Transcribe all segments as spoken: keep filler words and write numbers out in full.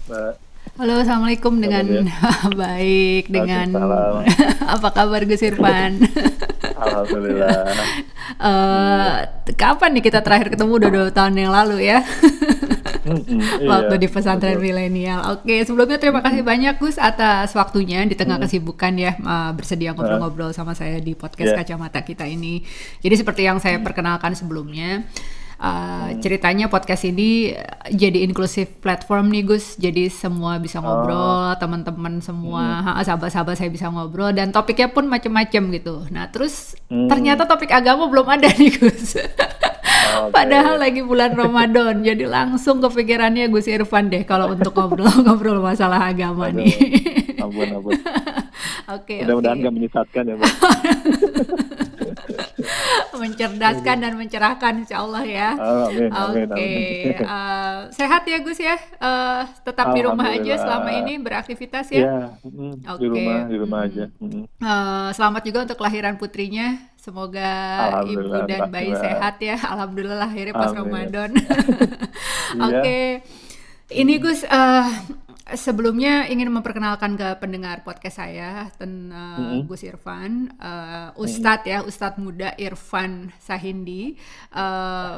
Mbak. Halo, assalamualaikum Kabar dengan ya? baik dengan Waalaikumsalam. apa kabar Gus Irfan? Alhamdulillah. Eh, Iya. kapan nih kita terakhir ketemu? Udah dua tahun yang lalu ya, Mm-mm, iya, waktu di pesantren betul. milenial. Oke, sebelumnya terima kasih Mm-mm, banyak Gus atas waktunya di tengah mm-mm. kesibukan ya, eh, bersedia Ah, ngobrol-ngobrol sama saya di podcast iya. Kacamata kita ini. Jadi seperti yang saya Mm, perkenalkan sebelumnya, Uh, mm. ceritanya podcast ini uh, jadi inklusif platform nih Gus, jadi semua bisa Oh, ngobrol, teman-teman mm-mm, semua, ha, sahabat-sahabat saya bisa ngobrol, dan topiknya pun macam-macam gitu. Nah terus ternyata mm. topik agama belum ada nih Gus. Padahal Oke. lagi bulan Ramadan, jadi langsung kepikirannya Gus Irfan deh kalau untuk ngobrol-ngobrol masalah agama nih. Aduh, ampun, ampun. Oke, Mudah-mudahan oke. gak menyesatkan ya, Mbak. Mencerdaskan Aduh. dan mencerahkan insya Allah ya. Ah, amin, amin, Oke, amin. eh, sehat ya Gus ya. Eh, tetap di rumah aja selama Alhamdulillah. ini beraktivitas ya. Ya, mm, di rumah, Oke, di rumah aja. mm. Mm. Eh, selamat juga untuk kelahiran putrinya. Semoga ibu Alhamdulillah, terima dan kasih, bayi Mbak. sehat ya. Alhamdulillah akhirnya pas Amin. Ramadan. Iya. Oke, ini Mm, Gus, eh, sebelumnya ingin memperkenalkan ke pendengar podcast saya tentang mm, Gus Irfan, eh, mm, Ustadz ya, Ustadz muda Irfan Sahindi, eh,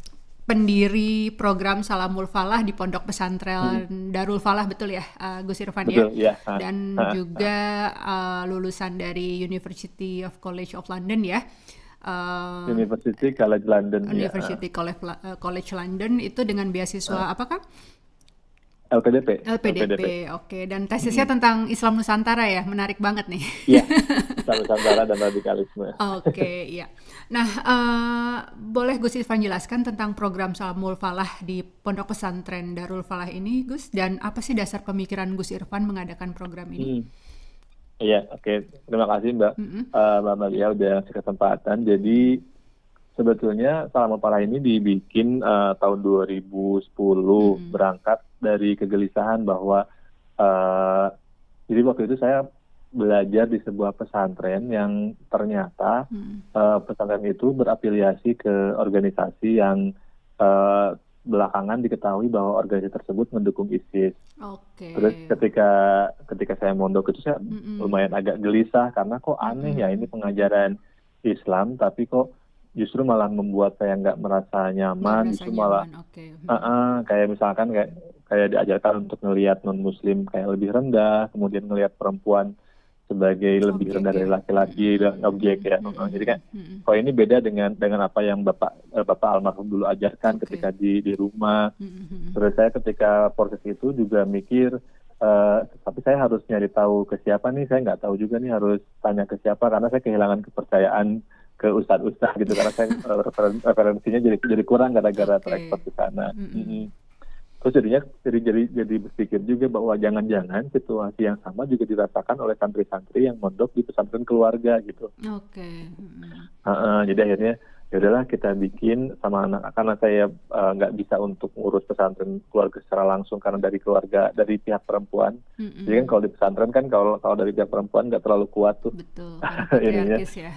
pendiri program Salamul Falah di Pondok mm. Pesantren Darul Falah, betul ya, eh, Gus Irfan ya? Betul, ya. Ah, Dan ah, ah. juga eh, lulusan dari University of College of London ya. Eh, University College London, ya. Ah. University College, eh, College London itu dengan beasiswa Ah. apakah? L P D P, L P D P, L P D P. oke. Dan tesisnya Mm-mm. tentang Islam Nusantara ya, menarik banget nih. Iya, Islam Nusantara dan radikalisme. Oke, iya. Nah, eh, boleh Gus Irfan jelaskan tentang program Salamul Falah di Pondok Pesantren Darul Falah ini, Gus? Dan apa sih dasar pemikiran Gus Irfan mengadakan program ini? Hmm. Iya, oke. Terima kasih Mbak, Mm-mm. Eh, Mbak Maria udah ngasih kesempatan. Jadi sebetulnya Salam Apalah ini dibikin eh, tahun dua ribu sepuluh, Mm-mm. berangkat dari kegelisahan bahwa eh, jadi waktu itu saya belajar di sebuah pesantren yang ternyata Mm-mm. eh, pesantren itu berafiliasi ke organisasi yang eh, belakangan diketahui bahwa organisasi tersebut mendukung ISIS. Oke. Terus ketika ketika saya mondok itu saya Mm-mm. lumayan agak gelisah karena kok aneh ya ini Mm-mm. pengajaran Islam tapi kok justru malah membuat saya nggak merasa Nggak nyaman, merasa justru malah nyaman, oke. eh, Mm-mm. eh, kayak misalkan kayak kayak diajarkan untuk ngelihat non Muslim kayak lebih rendah, kemudian ngelihat perempuan sebagai lebih Objek rendah dari ya. laki-laki dan objek ya. Mm-mm. Eh, Jadi kan Mm-mm. kalau ini beda dengan dengan apa yang bapak eh, bapak almarhum dulu ajarkan Oke. ketika di di rumah. Mm-mm. Terus saya ketika proses itu juga mikir, eh, tapi saya harus nyari tahu ke siapa nih, saya nggak tahu juga nih harus tanya ke siapa, karena saya kehilangan kepercayaan ke ustadz-ustadz gitu, karena saya eh, referen- referensinya jadi jadi kurang gara-gara Oke. terekspos ke sana. Mm-mm. Mm-mm. Terus jadinya jadi jadi jadi berpikir juga bahwa jangan-jangan situasi yang sama juga dirasakan oleh santri-santri yang mondok di pesantren keluarga gitu. Oke. Mm-mm. Heeh, jadi akhirnya ya udahlah kita bikin sama anak, karena saya eh, nggak bisa untuk ngurus pesantren keluarga secara langsung karena dari keluarga dari pihak perempuan. Jadi kan Mm-mm. kalau di pesantren kan kalau kalau dari pihak perempuan nggak terlalu kuat tuh Betul, karena ininya. patriarkis ya.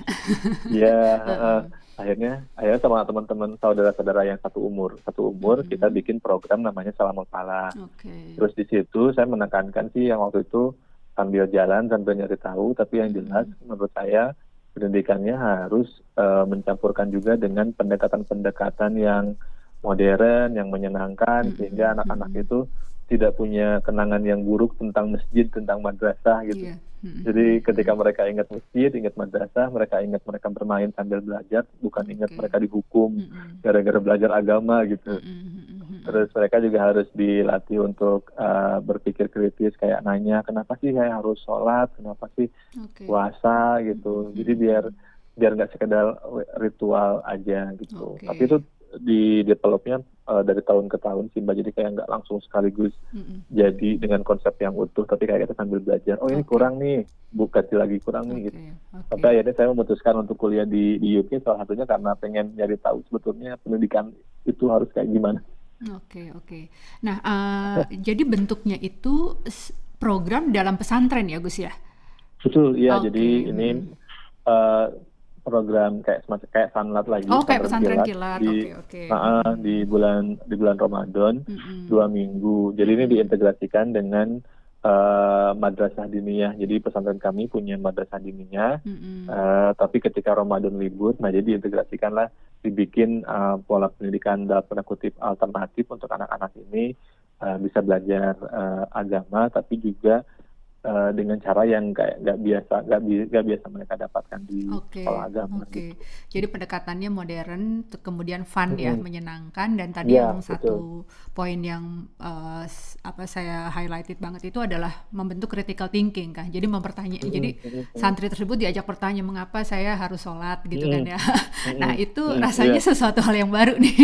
Ya heeh. Heeh. akhirnya akhirnya sama teman-teman saudara-saudara yang satu umur satu umur kita Mm-mm. bikin program namanya Salam Falah. Oke. Terus di situ saya menekankan sih yang waktu itu sambil jalan sambil nyari tahu, tapi yang jelas Mm-mm. menurut saya pendidikannya harus eh, mencampurkan juga dengan pendekatan-pendekatan yang modern, yang menyenangkan, sehingga Mm-mm. anak-anak Mm-mm. itu tidak punya kenangan yang buruk tentang masjid, tentang madrasah gitu. Iya. Mm-mm. Jadi ketika Mm-mm. mereka ingat masjid, ingat madrasah, mereka ingat mereka bermain sambil belajar, bukan ingat Oke. mereka dihukum Mm-mm. gara-gara belajar agama gitu. Mm-mm. Mm-mm. Terus mereka juga harus dilatih untuk uh, berpikir kritis, kayak nanya kenapa sih saya harus sholat, kenapa sih Oke. puasa gitu. Jadi biar Mm-mm. biar nggak sekedar ritual aja gitu. Oke. Tapi itu di developnya uh, dari tahun ke tahun sih Mbak. Jadi kayak nggak langsung sekaligus Mm-mm. jadi dengan konsep yang utuh, tapi kayak kita sambil belajar. Oh ini Oke. kurang nih, buka lagi kurang nih gitu. Oke. Sampai Oke. akhirnya saya memutuskan untuk kuliah di di U K, salah satunya karena pengen nyari tahu sebetulnya pendidikan itu harus kayak gimana. Oke. Oke. Nah, eh, jadi bentuknya itu s- program dalam pesantren ya, Gus ya? Betul, iya. Oke. Jadi ini Mm-mm. eh, program kayak semacam kayak sanlat lagi, Oh, kayak pesantren pesantren kilat kilat. di Oke, oke. uh, di bulan di bulan Ramadan Mm-mm. dua minggu. Jadi ini Mm-mm. diintegrasikan dengan uh, madrasah diniyah. Jadi pesantren kami punya madrasah diniyah, Mm-mm. uh, tapi ketika Ramadan libur, nah jadi diintegrasikanlah, dibikin uh, pola pendidikan dalam tanda kutip alternatif untuk anak-anak ini uh, bisa belajar uh, agama, tapi juga uh, dengan cara yang kayak nggak biasa nggak bi- nggak biasa mereka dapatkan di sekolah Oke, agama oke. gitu. Jadi pendekatannya modern, t- kemudian fun ya, Mm-mm. menyenangkan. Dan tadi Ya, yang betul. satu poin yang eh, s- apa saya highlighted banget itu adalah membentuk critical thinking kan. Jadi mempertanya, jadi Mm-mm. Mm-mm. santri tersebut diajak bertanya mengapa saya harus sholat gitu kan Mm-mm. ya. Mm-mm. Nah itu Mm-mm. rasanya Iya, sesuatu hal yang baru nih.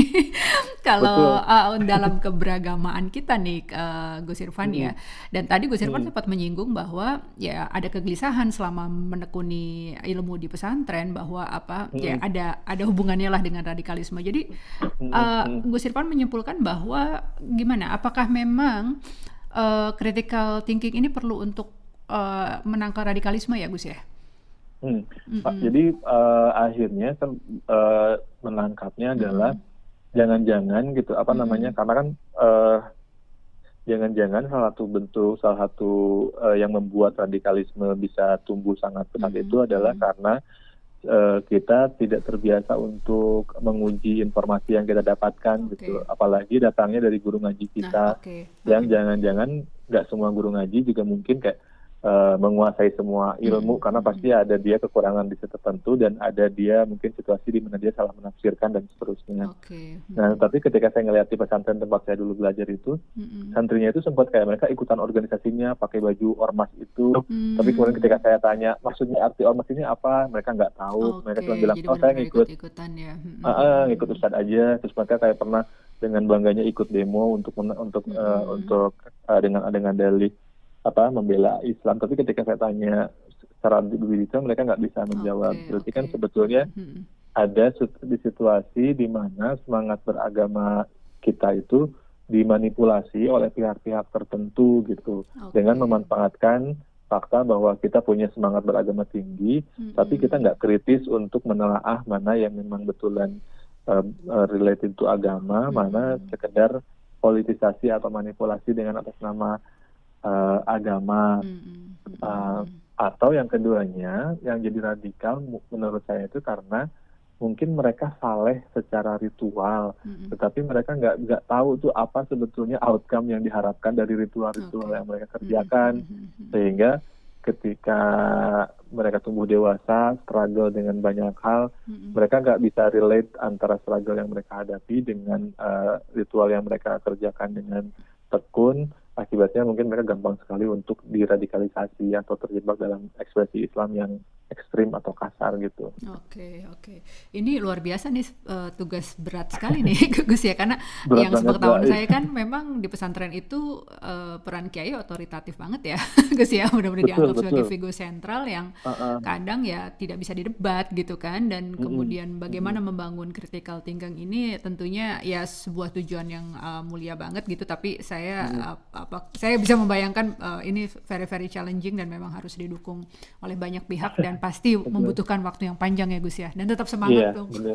Kalau betul. eh, dalam keberagamaan kita nih, eh, Gus Irfan ya. Mm-mm. Dan tadi Gus Irfan Mm-mm. sempat menyinggung bahwa ya ada kegelisahan selama menekuni ilmu di pesantren bahwa apa ya Mm-mm. ada ada hubungannya lah dengan radikalisme. Jadi Mm-mm. uh, Mm-mm. Gus Irfan menyimpulkan bahwa gimana? Apakah memang uh, critical thinking ini perlu untuk uh, menangkal radikalisme ya Gus ya? Hmm. Pak, Mm-mm. jadi eh, akhirnya kan eh, menangkapnya adalah Mm-mm. jangan-jangan gitu apa namanya, Mm-mm. karena kan eh, jangan-jangan salah satu bentuk salah satu eh, yang membuat radikalisme bisa tumbuh sangat pesat Mm-mm. itu adalah Mm-mm. karena eh, kita tidak terbiasa untuk menguji informasi yang kita dapatkan Oke. gitu, apalagi datangnya dari guru ngaji Nah, kita oke. yang Mm-mm. jangan-jangan nggak semua guru ngaji juga mungkin kayak eh, menguasai semua ilmu, Mm-mm. karena pasti Mm-mm. ada dia kekurangan di situ tertentu dan ada dia mungkin situasi di mana dia salah menafsirkan dan seterusnya. Oke. Nah, Mm-mm. tapi ketika saya ngeliat di pesantren tempat saya dulu belajar itu, Mm-mm. santrinya itu sempat kayak mereka ikutan organisasinya, pakai baju ormas itu. Tapi kemudian ketika Hmm. saya tanya, maksudnya arti ormas ini apa? Mereka nggak tahu. Mereka Oke, cuma bilang, jadi oh saya benar-benar ngikut, ikut-ikutan ya. Mm-mm. ah, ah, ngikut ustadz aja. Terus mereka kayak pernah dengan bangganya ikut demo untuk men- untuk eh, Mm-mm. untuk eh, dengan dengan dalih apa membela Islam. Tapi ketika saya tanya secara lebih detail, mereka nggak bisa menjawab. Oke, Berarti oke. kan sebetulnya Mm-mm. ada sit- di situasi di mana semangat beragama kita itu dimanipulasi oleh pihak-pihak tertentu gitu, dengan Oke. memanfaatkan fakta bahwa kita punya semangat beragama tinggi, tapi kita Mm-mm. nggak kritis untuk menelaah mana yang memang betulan uh, uh, related to agama, mana Mm-mm. sekedar politisasi atau manipulasi dengan atas nama uh, agama. Mm-mm. Uh, Mm-mm. atau yang keduanya yang jadi radikal mu- menurut saya itu karena mungkin mereka saleh secara ritual, Mm-mm. tetapi mereka nggak nggak tahu tuh apa sebetulnya outcome yang diharapkan dari ritual-ritual Oke. yang mereka Mm-mm. kerjakan, Mm-mm. sehingga ketika mereka tumbuh dewasa, struggle dengan banyak hal, Mm-mm. mereka nggak bisa relate antara struggle yang mereka hadapi dengan uh, ritual yang mereka kerjakan dengan tekun. Akibatnya mungkin mereka gampang sekali untuk diradikalisasi atau terjebak dalam ekspresi Islam yang ekstrim atau kasar gitu. Oke, oke. Ini luar biasa nih, eh, tugas berat sekali nih Gus ya, karena Berat yang banget, sepengetahuan Mbak. saya kan memang di pesantren itu eh, peran kiai otoritatif banget ya Gus ya, benar-benar Betul, dianggap sebagai betul. figur sentral yang Uh-uh. kadang ya tidak bisa didebat gitu kan. Dan Mm-mm. kemudian bagaimana Mm-mm. membangun critical thinking ini tentunya ya sebuah tujuan yang uh, mulia banget gitu. Tapi saya Mm-mm. uh, apa saya bisa membayangkan uh, ini very very challenging dan memang harus didukung oleh banyak pihak dan pasti Betul. membutuhkan waktu yang panjang ya Gus ya. Dan tetap semangat Iya, dong. benar.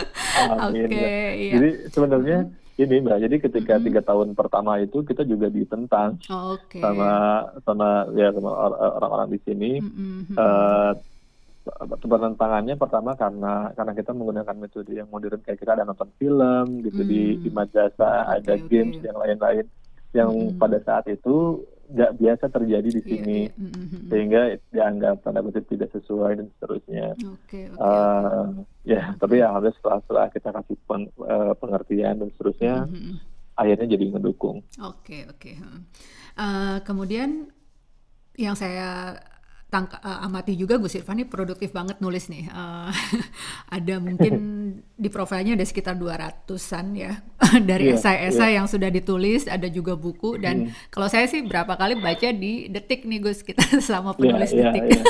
Amin, Oke, Mbak. iya. Jadi sebenarnya Mm-mm. ini Mbak, jadi ketika Mm-mm. tiga tahun pertama itu kita juga ditentang Oke. sama sama ya sama or- orang-orang di sini. Mm-mm. Eh penentangannya pertama karena karena kita menggunakan metode yang modern, kayak kita ada nonton film gitu di di Mm. madrasah, Oke, ada games oke. yang lain-lain yang Mm-mm. pada saat itu nggak biasa terjadi di Iya, sini, iya. Mm-mm. sehingga dianggap tanda kutip tidak sesuai dan seterusnya. Oke, oke, oke. Eh ya, tapi Mm-mm. ya alhamdulillah setelah setelah kita kasih pen- eh, pengertian dan seterusnya, Mm-mm. akhirnya jadi ngedukung. Oke, oke. heeh. Eh, kemudian yang saya tangka, eh, amati juga Gus Irfan ini produktif banget nulis nih. Eh, ada mungkin di profilnya ada sekitar dua ratusan ya dari Iya, esai-esai iya. yang sudah ditulis, ada juga buku dan Mm. kalau saya sih berapa kali baca di Detik nih Gus, kita sama Iya, penulis iya, Detik. iya.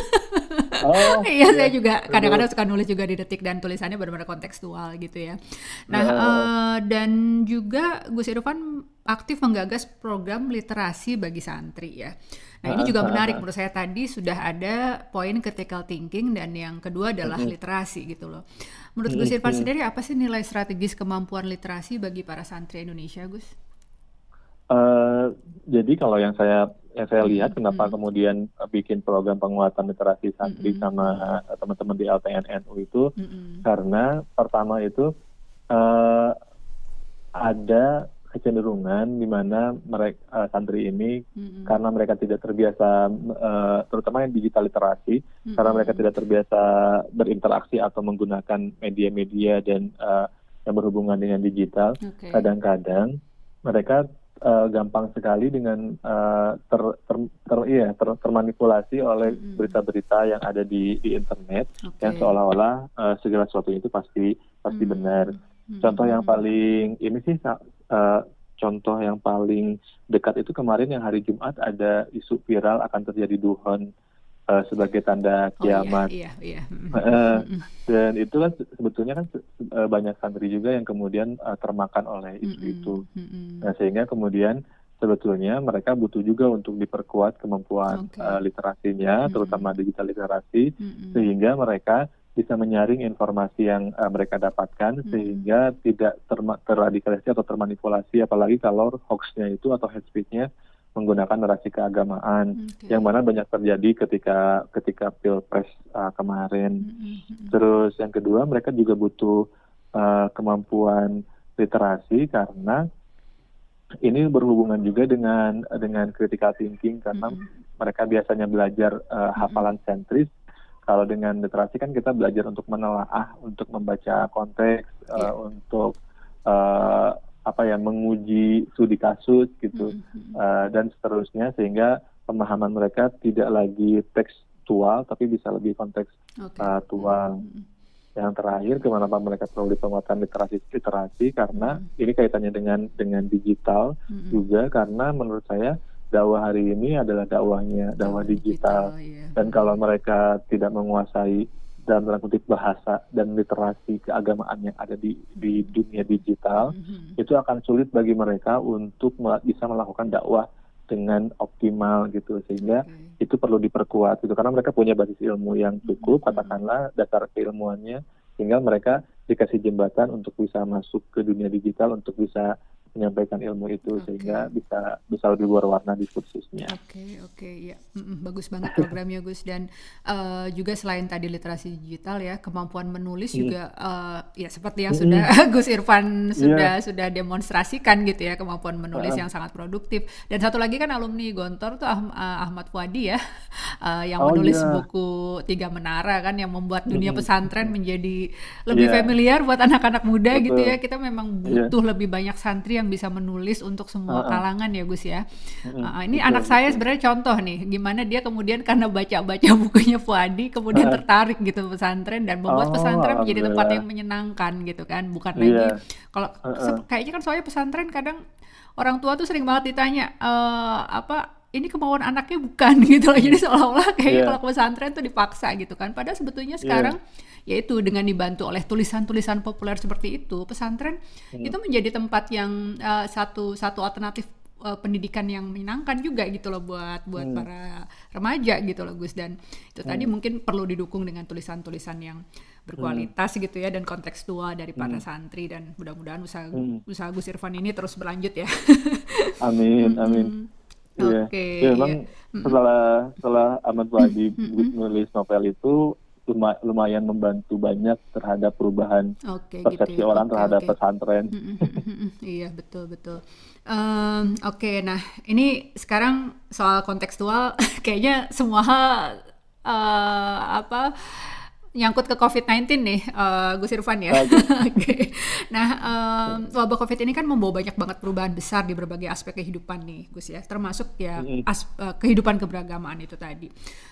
Oh, Iya, saya iya, juga betul. kadang-kadang suka nulis juga di Detik dan tulisannya benar-benar kontekstual gitu ya. Nah, Nah, eh, dan juga Gus Irfan aktif menggagas program literasi bagi santri ya. Nah, ini juga menarik menurut saya, tadi sudah ada poin critical thinking dan yang kedua adalah literasi gitu loh. Menurut Gus Irfan sendiri apa sih nilai strategis kemampuan literasi bagi para santri Indonesia, Gus? Uh, jadi kalau yang saya yang saya lihat, Mm-mm. kenapa Mm-mm. kemudian uh, bikin program penguatan literasi santri Mm-mm. sama uh, teman-teman di L P N N U itu, Mm-mm. karena pertama itu uh, ada kecenderungan di mana mereka uh, santri ini Mm-mm. karena mereka tidak terbiasa, uh, terutama yang digital literasi, Mm-mm. karena mereka tidak terbiasa berinteraksi atau menggunakan media-media dan uh, yang berhubungan dengan digital, Oke. kadang-kadang mereka uh, gampang sekali dengan uh, ter, ter, ter, iya, ter, termanipulasi oleh Mm-mm. berita-berita yang ada di, di internet, Oke. yang seolah-olah uh, segala sesuatu itu pasti pasti Mm. benar. Mm-mm. Contoh yang paling ini sih, uh, contoh yang paling dekat itu kemarin yang hari Jumat ada isu viral akan terjadi duhon uh, sebagai tanda Oh iya, kiamat. iya, iya. Mm-mm. Uh, Mm-mm. dan itu kan se- sebetulnya kan se- uh, banyak santri juga yang kemudian uh, termakan oleh isu itu. Mm-mm. Mm-mm. Nah, sehingga kemudian sebetulnya mereka butuh juga untuk diperkuat kemampuan Oke. uh, literasinya, Mm-mm. terutama digital literasi, Mm-mm. sehingga mereka bisa menyaring informasi yang uh, mereka dapatkan, Mm-mm. sehingga tidak terma- terradikalisasi atau termanipulasi, apalagi kalau hoax-nya itu atau hate speech-nya menggunakan narasi keagamaan, Oke. yang mana banyak terjadi ketika ketika pilpres uh, kemarin. Mm-mm. Mm-mm. Terus yang kedua, mereka juga butuh uh, kemampuan literasi, karena ini berhubungan juga dengan dengan critical thinking, karena Mm-mm. mereka biasanya belajar uh, Mm-mm. hafalan sentris. Kalau dengan literasi kan kita belajar untuk menelaah, untuk membaca konteks, Iya. uh, untuk uh, apa ya, menguji studi kasus gitu, Mm-mm. uh, dan seterusnya, sehingga pemahaman mereka tidak lagi tekstual tapi bisa lebih kontekstual. Mm-mm. Yang terakhir, kenapa mereka perlu penguatan literasi literasi karena Mm-mm. ini kaitannya dengan dengan digital Mm-mm. juga, karena menurut saya dakwah hari ini adalah dakwahnya dakwah Dakwah digital. digital, iya. Dan kalau mereka tidak menguasai dalam tanda kutip bahasa dan literasi keagamaan yang ada di di dunia digital, Mhm. itu akan sulit bagi mereka untuk mel- bisa melakukan dakwah dengan optimal gitu, sehingga Oke. itu perlu diperkuat gitu, karena mereka punya basis ilmu yang cukup, Mhm. katakanlah dasar keilmuannya, sehingga mereka dikasih jembatan untuk bisa masuk ke dunia digital, untuk bisa menyampaikan ilmu itu, Oke. sehingga bisa bisa lebih berwarna di kursusnya. Oke, oke, ya, Mm-mm, bagus banget programnya Gus. Dan eh, juga selain tadi literasi digital ya, kemampuan menulis juga eh, ya seperti yang sudah Gus Irfan sudah sudah demonstrasikan gitu ya, kemampuan menulis yang sangat produktif. Dan satu lagi kan alumni Gontor tuh Ah- ah- Ahmad Fuadi ya, eh, yang Oh menulis iya. buku Tiga Menara kan, yang membuat dunia Mm-mm. pesantren menjadi lebih Iya. familiar buat anak-anak muda gitu Betul. ya. Kita memang Iya. butuh lebih banyak santri yang bisa menulis untuk semua Uh-uh. kalangan ya Gus ya. Mm-mm. Uh, ini Betul, anak saya betul. sebenarnya contoh nih, gimana dia kemudian karena baca-baca bukunya Fuadi kemudian Uh-uh. tertarik gitu pesantren dan membuat Oh, pesantren menjadi tempat alhamdulillah. yang menyenangkan gitu kan. Bukan Iya. lagi kalau Uh-uh. se- kayaknya kan soalnya pesantren kadang orang tua tuh sering banget ditanya eh apa ini kemauan anaknya bukan gitu loh. Jadi seolah-olah kayaknya Iya. kalau ke pesantren tuh dipaksa gitu kan. Padahal sebetulnya Iya. sekarang yaitu dengan dibantu oleh tulisan-tulisan populer seperti itu, pesantren Hmm. itu menjadi tempat yang eh, satu satu alternatif eh, pendidikan yang menyenangkan juga gitu loh buat buat Hmm. para remaja gitu loh Gus. Dan itu tadi Hmm. mungkin perlu didukung dengan tulisan-tulisan yang berkualitas gitu ya, dan kontekstual dari para Hmm. santri, dan mudah-mudahan usaha Hmm. usaha Gus Irfan ini terus berlanjut ya. Amin, amin. Mm-mm. Iya. Oke, Ya, memang iya. Mm-mm. setelah setelah Ahmad Fuadi Mm-mm. nulis novel itu luma- lumayan membantu banyak terhadap perubahan Oke, persepsi gitu ya. orang Oke, terhadap oke. pesantren. Mm, mm, mm, mm, mm. Iya, betul betul. Em, Oke, nah ini sekarang soal kontekstual, kayaknya semua hal eh, apa nyangkut ke covid sembilan belas nih, eh, Gus Irfan ya. Oke. Oke. Nah, em, wabah COVID ini kan membawa banyak banget perubahan besar di berbagai aspek kehidupan nih, Gus ya. Termasuk ya Mm-mm. as- eh, kehidupan keberagamaan itu tadi.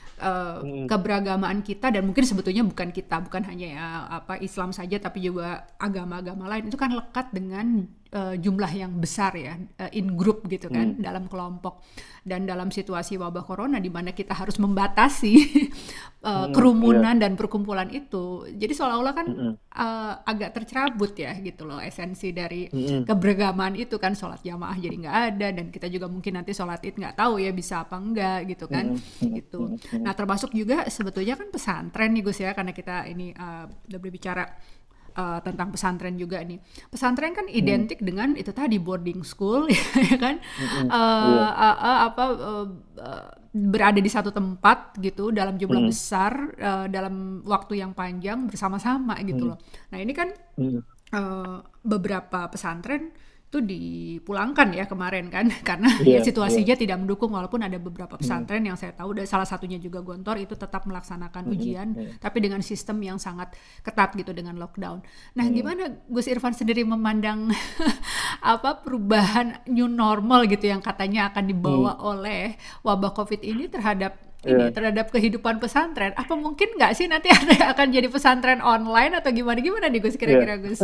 Eh, Mm-mm. keberagamaan kita, dan mungkin sebetulnya bukan kita, bukan hanya ya apa Islam saja, tapi juga agama-agama lain itu kan lekat dengan eh, jumlah yang besar ya, eh, in group gitu kan, dalam kelompok. Dan dalam situasi wabah corona di mana kita harus membatasi uh, Mm, iya. kerumunan dan perkumpulan itu. Jadi seolah-olah kan Mm-mm. uh, agak tercerabut ya gitu loh esensi dari Mm-mm. keberagaman itu kan, sholat jamaah jadi nggak ada, dan kita juga mungkin nanti sholat id nggak tahu ya bisa apa enggak gitu kan Mm-mm. Mm-mm. gitu. Mm-mm. Nah termasuk juga sebetulnya kan pesantren nih Gus ya, karena kita ini uh, udah berbicara uh, tentang pesantren juga nih. Pesantren kan Mm-mm. identik dengan itu tadi boarding school ya kan, Mm-mm. Iya. uh, uh, uh, apa uh, uh, berada di satu tempat gitu dalam jumlah Mm-mm. besar, uh, dalam waktu yang panjang bersama-sama gitu Mm-mm. loh. Nah ini kan Mm-mm. uh, beberapa pesantren itu dipulangkan ya kemarin kan karena ya Iya, iya. situasinya tidak mendukung, walaupun ada beberapa Mm-mm. pesantren yang saya tahu dan salah satunya juga Gontor itu tetap melaksanakan Mm-mm. ujian Mm-mm. tapi dengan sistem yang sangat ketat gitu dengan lockdown. Nah, Mm-mm. gimana Gus Irfan sendiri memandang apa perubahan new normal gitu yang katanya akan Mm. dibawa oleh wabah Covid ini terhadap ini Iya. terhadap kehidupan pesantren? Apa mungkin nggak sih nanti ada akan jadi pesantren online atau gimana gimana nih Gus Iya. kira-kira Gus?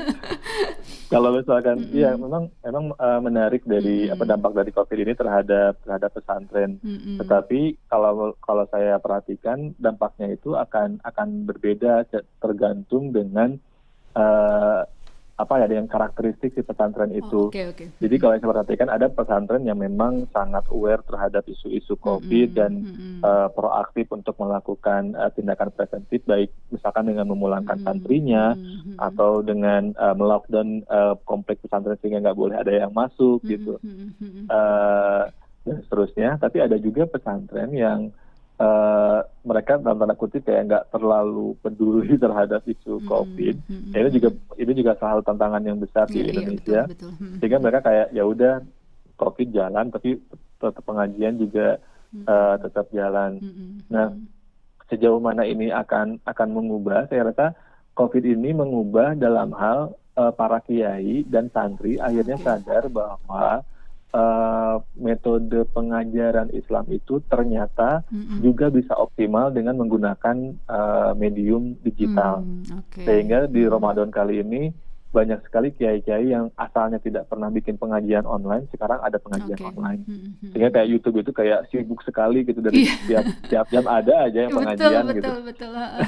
Kalau misalkan, iya Mm-mm. memang memang uh, menarik dari apa Mm-mm. dampak dari COVID ini terhadap terhadap pesantren. Mm-mm. Tetapi kalau kalau saya perhatikan dampaknya itu akan akan berbeda c- tergantung dengan uh, apa ya dengan karakteristik si pesantren Oh, itu. oke oke. Jadi Mm-mm. kalau yang saya perhatikan ada pesantren yang memang sangat aware terhadap isu-isu COVID Mm-mm. dan Mm-mm. uh, proaktif untuk melakukan uh, tindakan preventif, baik misalkan dengan memulangkan Mm-mm. santrinya Mm-mm. atau dengan uh, melockdown uh, kompleks pesantren sehingga nggak boleh ada yang masuk Mm-mm. gitu, Mm-mm. uh, dan seterusnya. Tapi ada juga pesantren yang uh, mereka dalam tanda kutip kayak nggak terlalu peduli terhadap isu COVID. Mm-mm. Ya, ini juga ini juga salah satu tantangan yang besar di Iya, iya, betul, Indonesia, betul. Mm-mm. sehingga mereka kayak ya udah COVID jalan tapi tetap pengajian juga uh, tetap jalan. Mm-mm. Nah, sejauh mana ini akan akan mengubah, saya rasa COVID ini mengubah dalam hal uh, para kiai dan santri akhirnya Oke. sadar bahwa uh, metode pengajaran Islam itu ternyata Mm-mm. juga bisa optimal dengan menggunakan uh, medium digital. Mm, oke. Sehingga di Mm. Ramadan kali ini banyak sekali kiai-kiai yang asalnya tidak pernah bikin pengajian online, sekarang ada pengajian Oke. online. Mm-mm. Sehingga kayak YouTube itu kayak sibuk sekali gitu, dari Iya. tiap tiap jam ada aja yang Betul, pengajian gitu. betul, betul. Heeh.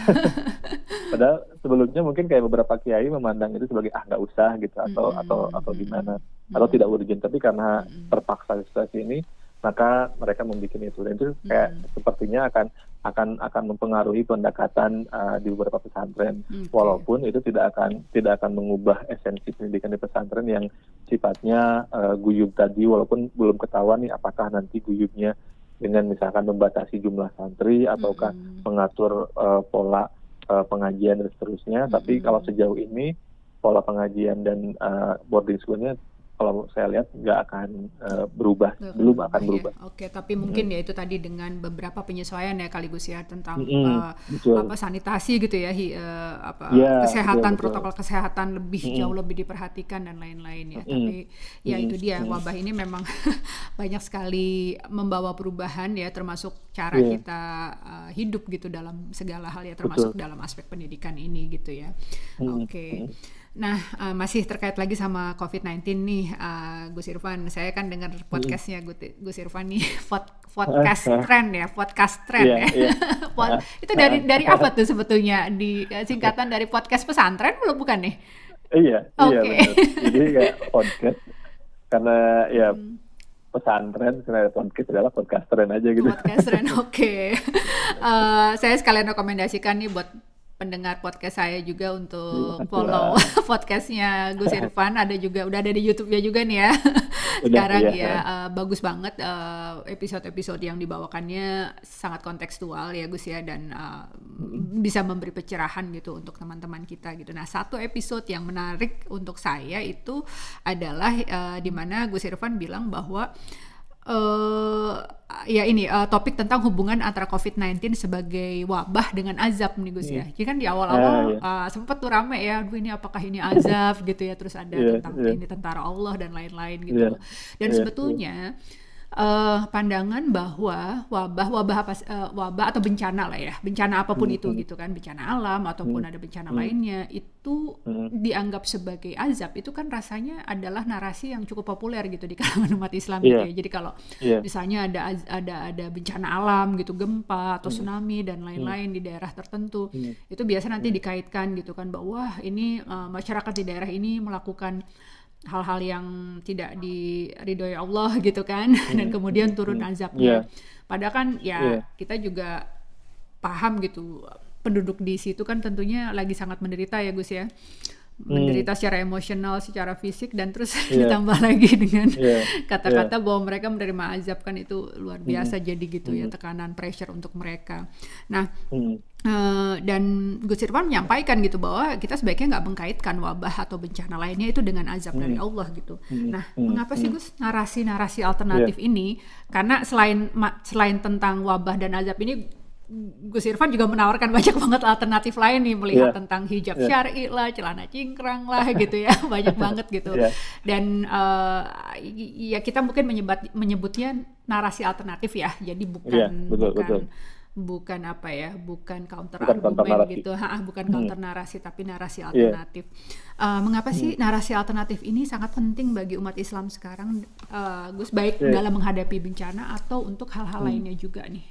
Padahal sebelumnya mungkin kayak beberapa kiai memandang itu sebagai ah nggak usah gitu, atau Mm-mm. atau atau Mm-mm. gimana, atau Mm-mm. tidak urgent. Tapi karena Mm-mm. terpaksa situasi ini, maka mereka membuat itu, dan itu kayak Mm-mm. sepertinya akan akan akan mempengaruhi pendekatan uh, di beberapa pesantren. Oke. Walaupun itu tidak akan tidak akan mengubah esensi pendidikan di pesantren yang sifatnya uh, guyub tadi, walaupun belum ketahuan nih apakah nanti guyubnya dengan misalkan membatasi jumlah santri ataukah Mm-mm. mengatur uh, pola uh, pengajian dan seterusnya. Tapi Mm-mm. kalau sejauh ini pola pengajian dan uh, boarding schoolnya kalau saya lihat nggak akan uh, berubah, Nggak akan belum berubah akan ya. berubah. Oke, tapi mungkin ya itu tadi dengan beberapa penyesuaian ya kali Gus ya tentang Mm-mm, uh, betul. apa sanitasi gitu ya, hi- uh, apa Ya, kesehatan, betul, betul. protokol kesehatan lebih Mm-mm. jauh lebih diperhatikan dan lain-lain ya. Mm-mm. Tapi ya Mm-mm. itu dia, Mm-mm. wabah ini memang banyak sekali membawa perubahan ya, termasuk cara Iya, kita uh, hidup gitu dalam segala hal ya, termasuk betul. dalam aspek pendidikan ini gitu ya. Mm-mm. Oke. Mm-mm. Nah, uh, masih terkait lagi sama covid sembilan belas nih, uh, Gus Irfan. Saya kan dengar Mm-mm. podcastnya Gu- Gus Irfan nih, pod- podcast trend ya, podcast trend Iya, ya. iya. Pod- itu dari dari apa tuh sebetulnya? Di uh, singkatan dari podcast pesantren belum, bukan nih? Iya, iya Oke. benar. Jadi kayak podcast, karena ya Hmm, pesantren, karena podcast adalah podcasteren aja gitu. podcast trend, oke. Uh, saya sekalian rekomendasikan nih buat pendengar podcast saya juga Terima untuk kasih follow lah. podcastnya Gus Irfan. Ada juga, udah ada di YouTube-nya juga nih ya. Udah, Sekarang iya. ya, uh, bagus banget uh, episode-episode yang dibawakannya, sangat kontekstual ya Gus ya, dan uh, Mm-mm. bisa memberi pencerahan gitu untuk teman-teman kita gitu. Nah, satu episode yang menarik untuk saya itu adalah uh, di mana Gus Irfan bilang bahwa uh, ya ini uh, topik tentang hubungan antara covid sembilan belas sebagai wabah dengan azab nih Gus ya. Mm. Jadi kan di Ah, awal-awal iya. uh, sempat tuh rame ya, aduh ini apakah ini azab gitu ya, terus ada Iya, tentang iya. ini tentara Allah dan lain-lain gitu Iya, loh. Dan iya, iya. sebetulnya uh, pandangan bahwa wabah wabah apa uh, wabah atau bencana lah ya, bencana apapun Hmm, itu hmm, gitu kan, bencana alam ataupun hmm, ada bencana hmm, lainnya itu hmm. dianggap sebagai azab, itu kan rasanya adalah narasi yang cukup populer gitu di kalangan umat Islam gitu Iya, ya. Jadi kalau iya. misalnya ada az- ada ada bencana alam gitu, gempa atau Hmm, tsunami dan hmm, lain-lain di daerah tertentu, hmm, itu biasa nanti hmm. dikaitkan gitu kan bahwa wah ini uh, masyarakat di daerah ini melakukan hal-hal yang tidak diridhoi Allah gitu kan dan Hmm, kemudian hmm, turun hmm. azabnya. Iya, Padahal kan ya iya, kita juga paham gitu, penduduk di situ kan tentunya lagi sangat menderita ya Gus ya, hmm, menderita secara emosional, secara fisik, dan terus iya, ditambah lagi dengan iya, iya. kata-kata bahwa mereka menerima azab, kan itu luar Hmm, biasa jadi gitu ya, hmm, tekanan pressure untuk mereka. Nah, hmm, eh, dan Gus Irfan menyampaikan gitu bahwa kita sebaiknya nggak mengkaitkan wabah atau bencana lainnya itu dengan azab dari hmm, Allah gitu. hmm, Nah, hmm, mengapa sih hmm. Gus narasi-narasi Iya, alternatif ini? Karena selain ma- selain tentang wabah dan azab ini, Gus Irfan juga menawarkan banyak banget alternatif lain nih, melihat iya, tentang hijab iya, syar'i lah, celana cingkrang lah gitu ya, banyak banget gitu. iya, Dan eh, ya kita mungkin menyebat, menyebutnya narasi alternatif ya, jadi iya, bukan betul, bukan betul. bukan apa ya, bukan counter Bukan counter argumen narasi. gitu, ha, bukan Hmm, counter narasi tapi narasi iya, alternatif. Eh, mengapa hmm, sih narasi alternatif ini sangat penting bagi umat Islam sekarang, eh, Gus, baik iya, dalam menghadapi bencana atau untuk hal-hal hmm, lainnya juga nih?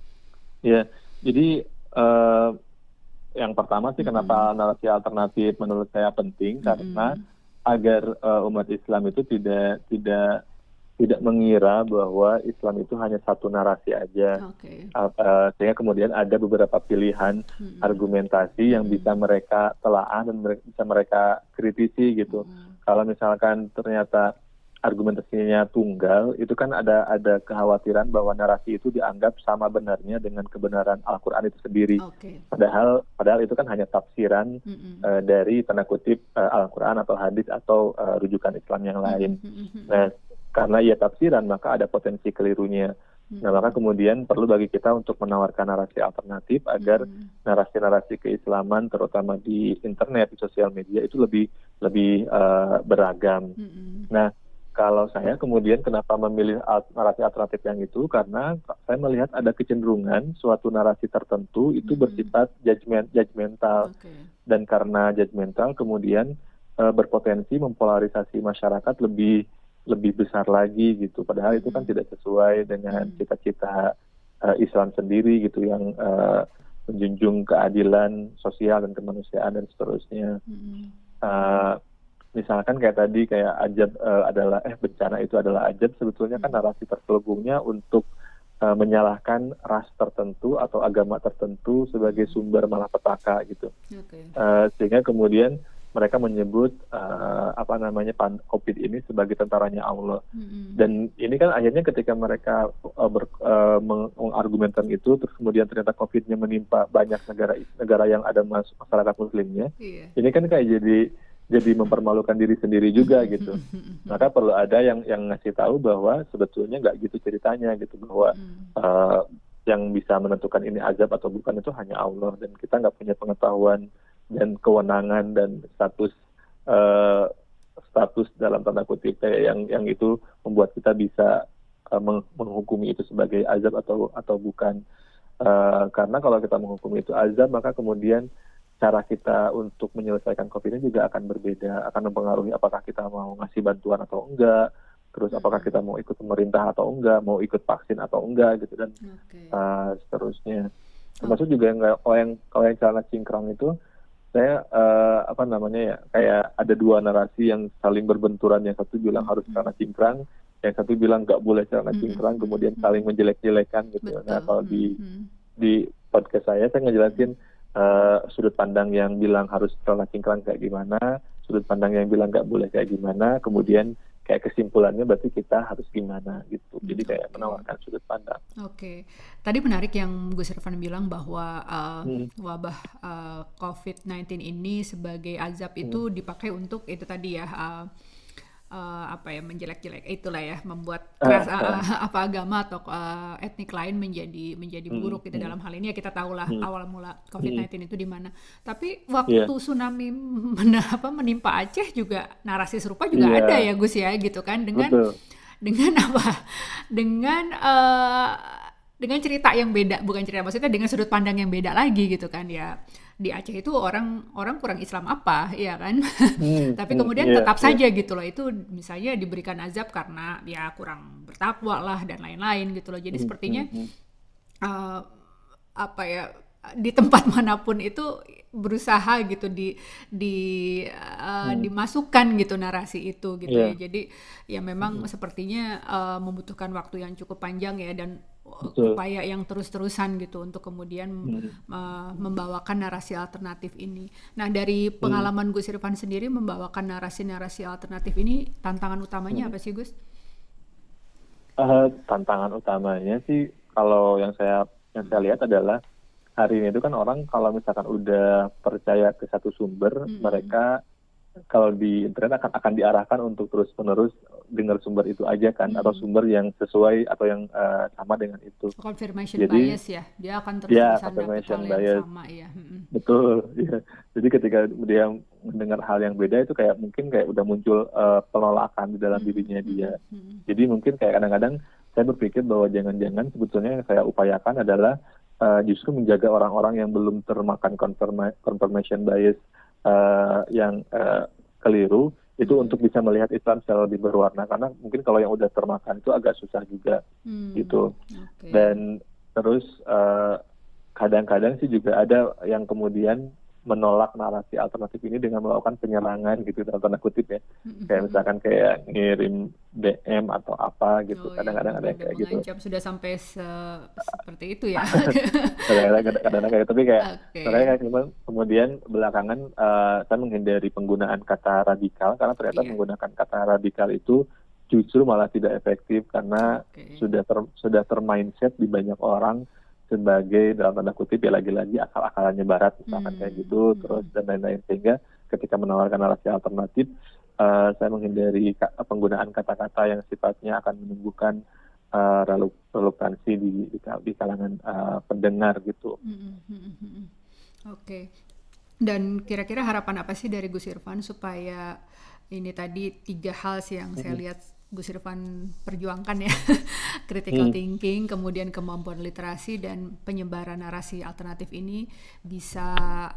iya. Jadi eh, yang pertama sih kenapa Mm-mm. narasi alternatif menurut saya penting karena Mm-mm. agar eh, umat Islam itu tidak tidak tidak mengira bahwa Islam itu hanya satu narasi aja. Oke. Uh, uh, sehingga kemudian ada beberapa pilihan Mm-mm. argumentasi yang bisa Mm-mm. mereka telaah dan mere- bisa mereka kritisi gitu. Mm-mm. Kalau misalkan ternyata argumentasinya tunggal, itu kan ada ada kekhawatiran bahwa narasi itu dianggap sama benarnya dengan kebenaran Al-Quran itu sendiri. Oke. Padahal padahal itu kan hanya tafsiran Mm-mm. uh, dari tanda kutip uh, Al-Quran atau hadis atau uh, rujukan Islam yang lain. Mm-mm. Nah, karena ia tafsiran maka ada potensi kelirunya. Nah, Mm-mm. maka kemudian perlu bagi kita untuk menawarkan narasi alternatif agar Mm-mm. narasi-narasi keislaman terutama di internet, di sosial media itu lebih lebih uh, beragam. Mm-mm. Nah, kalau saya kemudian kenapa memilih alt- narasi alternatif yang itu karena saya melihat ada kecenderungan suatu narasi tertentu itu Mm-mm. bersifat judgment judgmental Oke. dan karena judgmental kemudian uh, berpotensi mempolarisasi masyarakat lebih lebih besar lagi gitu. Padahal itu kan Mm-mm. tidak sesuai dengan Mm. cita-cita uh, Islam sendiri gitu yang uh, menjunjung keadilan sosial dan kemanusiaan dan seterusnya. Mm-mm. Uh, misalkan kayak tadi kayak ajab uh, adalah eh bencana itu adalah ajab, sebetulnya kan Mm. narasi terselubungnya untuk uh, menyalahkan ras tertentu atau agama tertentu sebagai Mm. sumber malapetaka gitu. Oke. Uh, sehingga kemudian mereka menyebut uh, apa namanya pan- COVID ini sebagai tentaranya Allah. Mm-mm. Dan ini kan akhirnya ketika mereka uh, ber, uh, meng- mengargumenkan itu, terus kemudian ternyata COVID-nya menimpa banyak negara negara yang ada mas- masyarakat Muslimnya. Iya. Ini kan kayak jadi jadi mempermalukan diri sendiri juga gitu. Maka perlu ada yang yang ngasih tahu bahwa sebetulnya nggak gitu ceritanya gitu, bahwa Mm. uh, yang bisa menentukan ini azab atau bukan itu hanya Allah, dan kita nggak punya pengetahuan dan kewenangan dan status uh, status dalam tanda kutip kayak yang yang itu membuat kita bisa uh, meng- menghukumi itu sebagai azab atau atau bukan. Uh, karena kalau kita menghukumi itu azab, maka kemudian cara kita untuk menyelesaikan COVID ini juga akan berbeda, akan mempengaruhi apakah kita mau ngasih bantuan atau enggak, terus apakah kita mau ikut pemerintah atau enggak, mau ikut vaksin atau enggak gitu, dan Oke. uh, seterusnya. Oh. Termasuk juga yang nggak- kalau yang kalau yang celana cingkrang itu, saya uh, apa namanya ya, kayak ada dua narasi yang saling berbenturan. Yang satu bilang harus celana cingkrang, yang satu bilang nggak boleh celana cingkrang, kemudian saling menjelek-jelekan gitu. Betul. Nah, kalau di Mm-mm. di podcast saya saya ngejelasin uh, sudut pandang yang bilang harus celana cingkrang kayak gimana, sudut pandang yang bilang nggak boleh kayak gimana, kemudian kayak kesimpulannya berarti kita harus gimana gitu. Jadi kayak Oke. menawarkan sudut pandang. Oke, tadi menarik yang Gus Irfan bilang bahwa uh, Hmm. wabah uh, covid sembilan belas ini sebagai azab itu dipakai untuk itu tadi ya, uh, uh, apa ya, menjelek-jelek itulah ya, membuat keras uh, uh, apa agama atau uh, etnik lain menjadi menjadi Hmm, buruk gitu. hmm. Dalam hal ini ya kita tahulah Hmm. awal mula covid sembilan belas itu di mana. Tapi Iya, waktu tsunami men- apa, menimpa Aceh juga narasi serupa juga iya, ada ya Gus ya gitu kan, dengan betul. dengan apa? Dengan uh, dengan cerita yang beda, bukan cerita maksudnya dengan sudut pandang yang beda lagi gitu kan ya. Di Aceh itu orang orang kurang Islam apa, ya kan? Hmm, Tapi hmm, kemudian iya, tetap iya. saja gitu loh, itu misalnya diberikan azab karena ya kurang bertakwa lah dan lain-lain gitu loh. Jadi Hmm, sepertinya hmm, hmm, uh, apa ya, di tempat manapun itu berusaha gitu di di uh, hmm, dimasukkan gitu narasi itu gitu ya. iya, Jadi ya memang hmm, sepertinya uh, membutuhkan waktu yang cukup panjang ya, dan uh, betul. upaya yang terus-terusan gitu untuk kemudian Hmm, uh, membawakan narasi alternatif ini. Nah, dari hmm, pengalaman Gus Irfan sendiri membawakan narasi-narasi alternatif ini, tantangan utamanya hmm. apa sih, Gus? Eh, tantangan utamanya sih kalau yang saya yang saya lihat adalah hari ini itu kan orang kalau misalkan udah percaya ke satu sumber, Mm-mm. mereka kalau di internet akan akan diarahkan untuk terus-menerus dengar sumber itu aja kan, atau Mm-mm. sumber yang sesuai atau yang eh, sama dengan itu. Confirmation Jadi bias ya, dia akan ya terus-terusan dapat hal confirmation yang bias, sama ya. Mm-mm. betul. Ya. Jadi ketika dia mendengar hal yang beda itu kayak mungkin kayak udah muncul eh, penolakan di dalam Mm-mm. dirinya dia. Mm-mm. Mm-mm. Jadi mungkin kayak kadang-kadang saya berpikir bahwa jangan-jangan sebetulnya yang saya upayakan adalah eh, justru menjaga orang-orang yang belum termakan confirma- confirmation bias eh, yang eh, keliru itu Mm-mm. untuk bisa melihat Islam secara lebih berwarna, karena mungkin kalau yang udah termakan itu agak susah juga Hmm, gitu. oke. Dan terus eh, kadang-kadang sih juga ada yang kemudian menolak narasi alternatif ini dengan melakukan penyerangan gitu dalam tanda kutip ya. Mm-mm. Kayak Mm-mm. misalkan kayak ngirim D M atau apa gitu. Oh ya, Kadang-kadang ada yang benar-benar kayak gitu. mengancam sudah sampai se- seperti itu ya. Kadang-kadang kadang-kadang kayak gitu. Tapi kayak makanya Oke, kayak kemudian kemudian belakangan eh, saya menghindari penggunaan kata radikal karena ternyata iya, menggunakan kata radikal itu justru malah tidak efektif karena oke. sudah ter, sudah termindset di banyak orang sebagai dalam tanda kutip ya lagi-lagi akal-akalannya barat misalkan kayak Hmm, gitu terus mm-mm. dan lain-lain, sehingga ketika menawarkan narasi alternatif eh, saya menghindari ka- penggunaan kata-kata yang sifatnya akan menumbuhkan eh, relu- relevansi di, di, di kalangan eh, pendengar gitu. Mm-mm. Mm-mm. Mm-mm. Oke. Dan kira-kira harapan apa sih dari Gus Irfan supaya ini tadi tiga hal sih yang saya Mhm. lihat Gus Irfan perjuangkan ya. Critical Hmm. thinking, kemudian kemampuan literasi dan penyebaran narasi alternatif ini bisa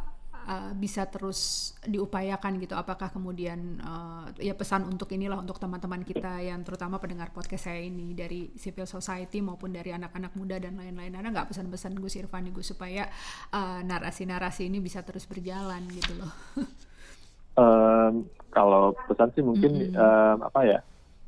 uh, bisa terus diupayakan gitu. Apakah kemudian uh, ya pesan untuk inilah untuk teman-teman kita yang terutama pendengar podcast saya ini dari civil society maupun dari anak-anak muda dan lain-lain. Ada nggak pesan-pesan Gus Irfan nih Gus supaya uh, narasi-narasi ini bisa terus berjalan gitu loh? Em, kalau pesan sih mungkin Mm-mm. em, apa ya?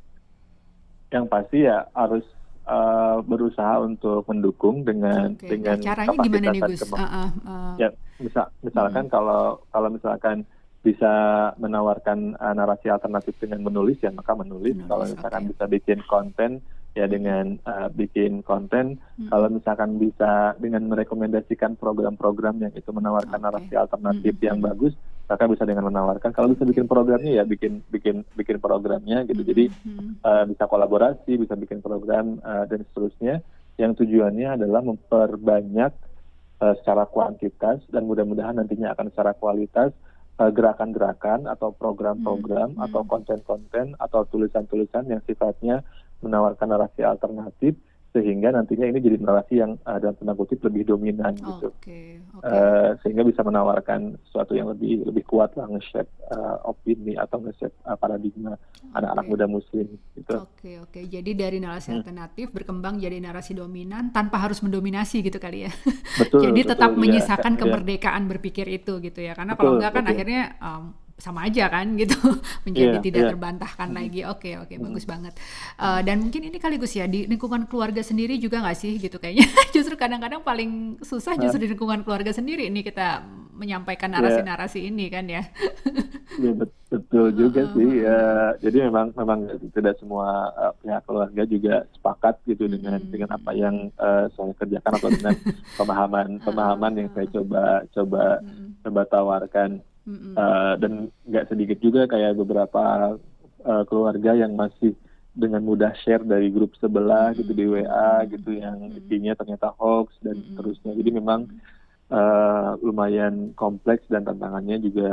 Yang pasti ya harus eh, berusaha untuk mendukung dengan Oke, nah dengan caranya gimana kapasitas nih dan Gus? Uh, kemampuan. uh, uh, Ya, misal, mm-mm. misalkan kalau kalau misalkan bisa menawarkan uh, narasi alternatif dengan menulis ya maka menulis. Kalau Menulis, oke. misalkan bisa bikin konten ya Mm-mm. dengan uh, bikin konten. Kalau Mm-mm. misalkan bisa dengan merekomendasikan program-program yang itu menawarkan Oke. narasi alternatif Mm-mm. yang Mm-mm. bagus, maka bisa dengan menawarkan. Kalau bisa Oke. bikin programnya ya bikin bikin bikin programnya gitu. Jadi Mm-mm. Mm-mm. uh, bisa kolaborasi, bisa bikin program uh, dan seterusnya. Yang tujuannya adalah memperbanyak uh, secara kuantitas dan mudah-mudahan nantinya akan secara kualitas uh, gerakan-gerakan atau program-program atau Mm-mm. konten-konten atau tulisan-tulisan yang sifatnya menawarkan narasi alternatif sehingga nantinya ini jadi narasi yang uh, dalam tanda kutip lebih dominan gitu. Oke, oke. Uh, sehingga bisa menawarkan sesuatu yang lebih lebih kuat lah nge-shape uh, opini atau nge-shape uh, paradigma anak-anak Oke. muda muslim gitu. Oke, oke. Jadi dari narasi Hmm. alternatif berkembang jadi narasi dominan tanpa harus mendominasi gitu kali ya. Betul, Jadi betul, tetap ya, menyisakan ya, kemerdekaan berpikir itu gitu ya. Karena kalau betul, enggak kan betul. akhirnya um, sama aja kan gitu, menjadi Iya, tidak iya. terbantahkan Hmm, lagi. Oke, oke, hmm, bagus banget. Uh, hmm. dan mungkin ini kali Gus ya, di lingkungan keluarga sendiri juga nggak sih gitu kayaknya. Justru kadang-kadang paling susah Nah, justru di lingkungan keluarga sendiri ini kita menyampaikan ya, narasi-narasi ini kan ya. ya bet- betul Uh, juga uh, sih. uh, Ya, uh. jadi memang memang tidak semua uh, pihak keluarga juga sepakat gitu dengan Mm-mm, dengan apa mm-mm. yang uh, saya kerjakan atau dengan pemahaman pemahaman yang saya Uh, coba coba mm-mm, coba tawarkan. mm-mm. Uh, dan nggak sedikit juga kayak beberapa uh, keluarga yang masih dengan mudah share dari grup sebelah gitu di Mm-mm, W A mm-mm, gitu yang mm-mm, isinya ternyata hoax dan mm-mm, seterusnya. Jadi mm-mm, memang uh, lumayan kompleks dan tantangannya juga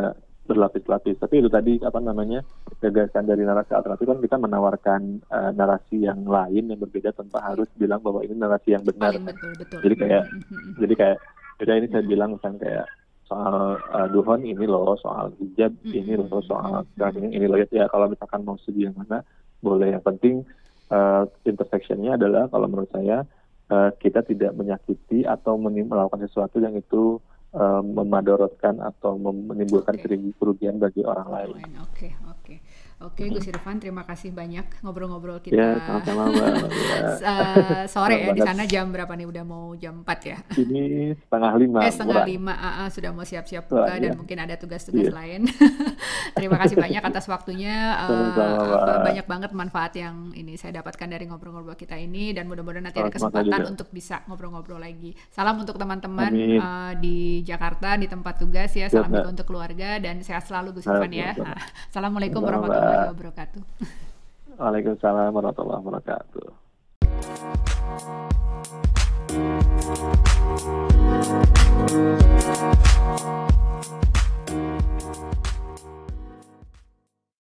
berlapis-lapis. Tapi itu tadi apa namanya gagasan dari narasi alternatif kan kita menawarkan uh, narasi yang lain yang berbeda tanpa harus bilang bahwa ini narasi yang benar. Paling betul betul. Jadi kayak jadi kayak beda ini saya bilang misalnya kayak soal uh, duhon ini loh, soal hijab ini loh, soal ini ini loh ya. Kalau misalkan mau studi yang mana boleh. Yang penting uh, intersectionnya adalah kalau menurut saya uh, kita tidak menyakiti atau melakukan sesuatu yang itu uh, memadorotkan atau menimbulkan okay. kerugian bagi orang lain. Oke, okay, oke. Okay. Oke, Gus Irfan, terima kasih banyak ngobrol-ngobrol kita. Ya, sama-sama, Mbak. uh, sore ya, di sana jam berapa nih? Udah mau jam empat ya? Ini setengah lima. Eh, setengah kurang. lima, uh, uh, sudah mau siap-siap buka. Wah, dan ya. Mungkin ada tugas-tugas ya. Lain. Terima kasih banyak atas waktunya. Uh, sama-sama, banyak banget manfaat yang ini saya dapatkan dari ngobrol-ngobrol kita ini. Dan mudah-mudahan nanti ada kesempatan untuk bisa ngobrol-ngobrol lagi. Salam untuk teman-teman uh, di Jakarta, di tempat tugas ya. Salam juga untuk keluarga. Dan sehat selalu, Gus Irfan ya. Nah, Assalamualaikum warahmatullahi wabarakatuh. Waalaikumsalam warahmatullahi wabarakatuh.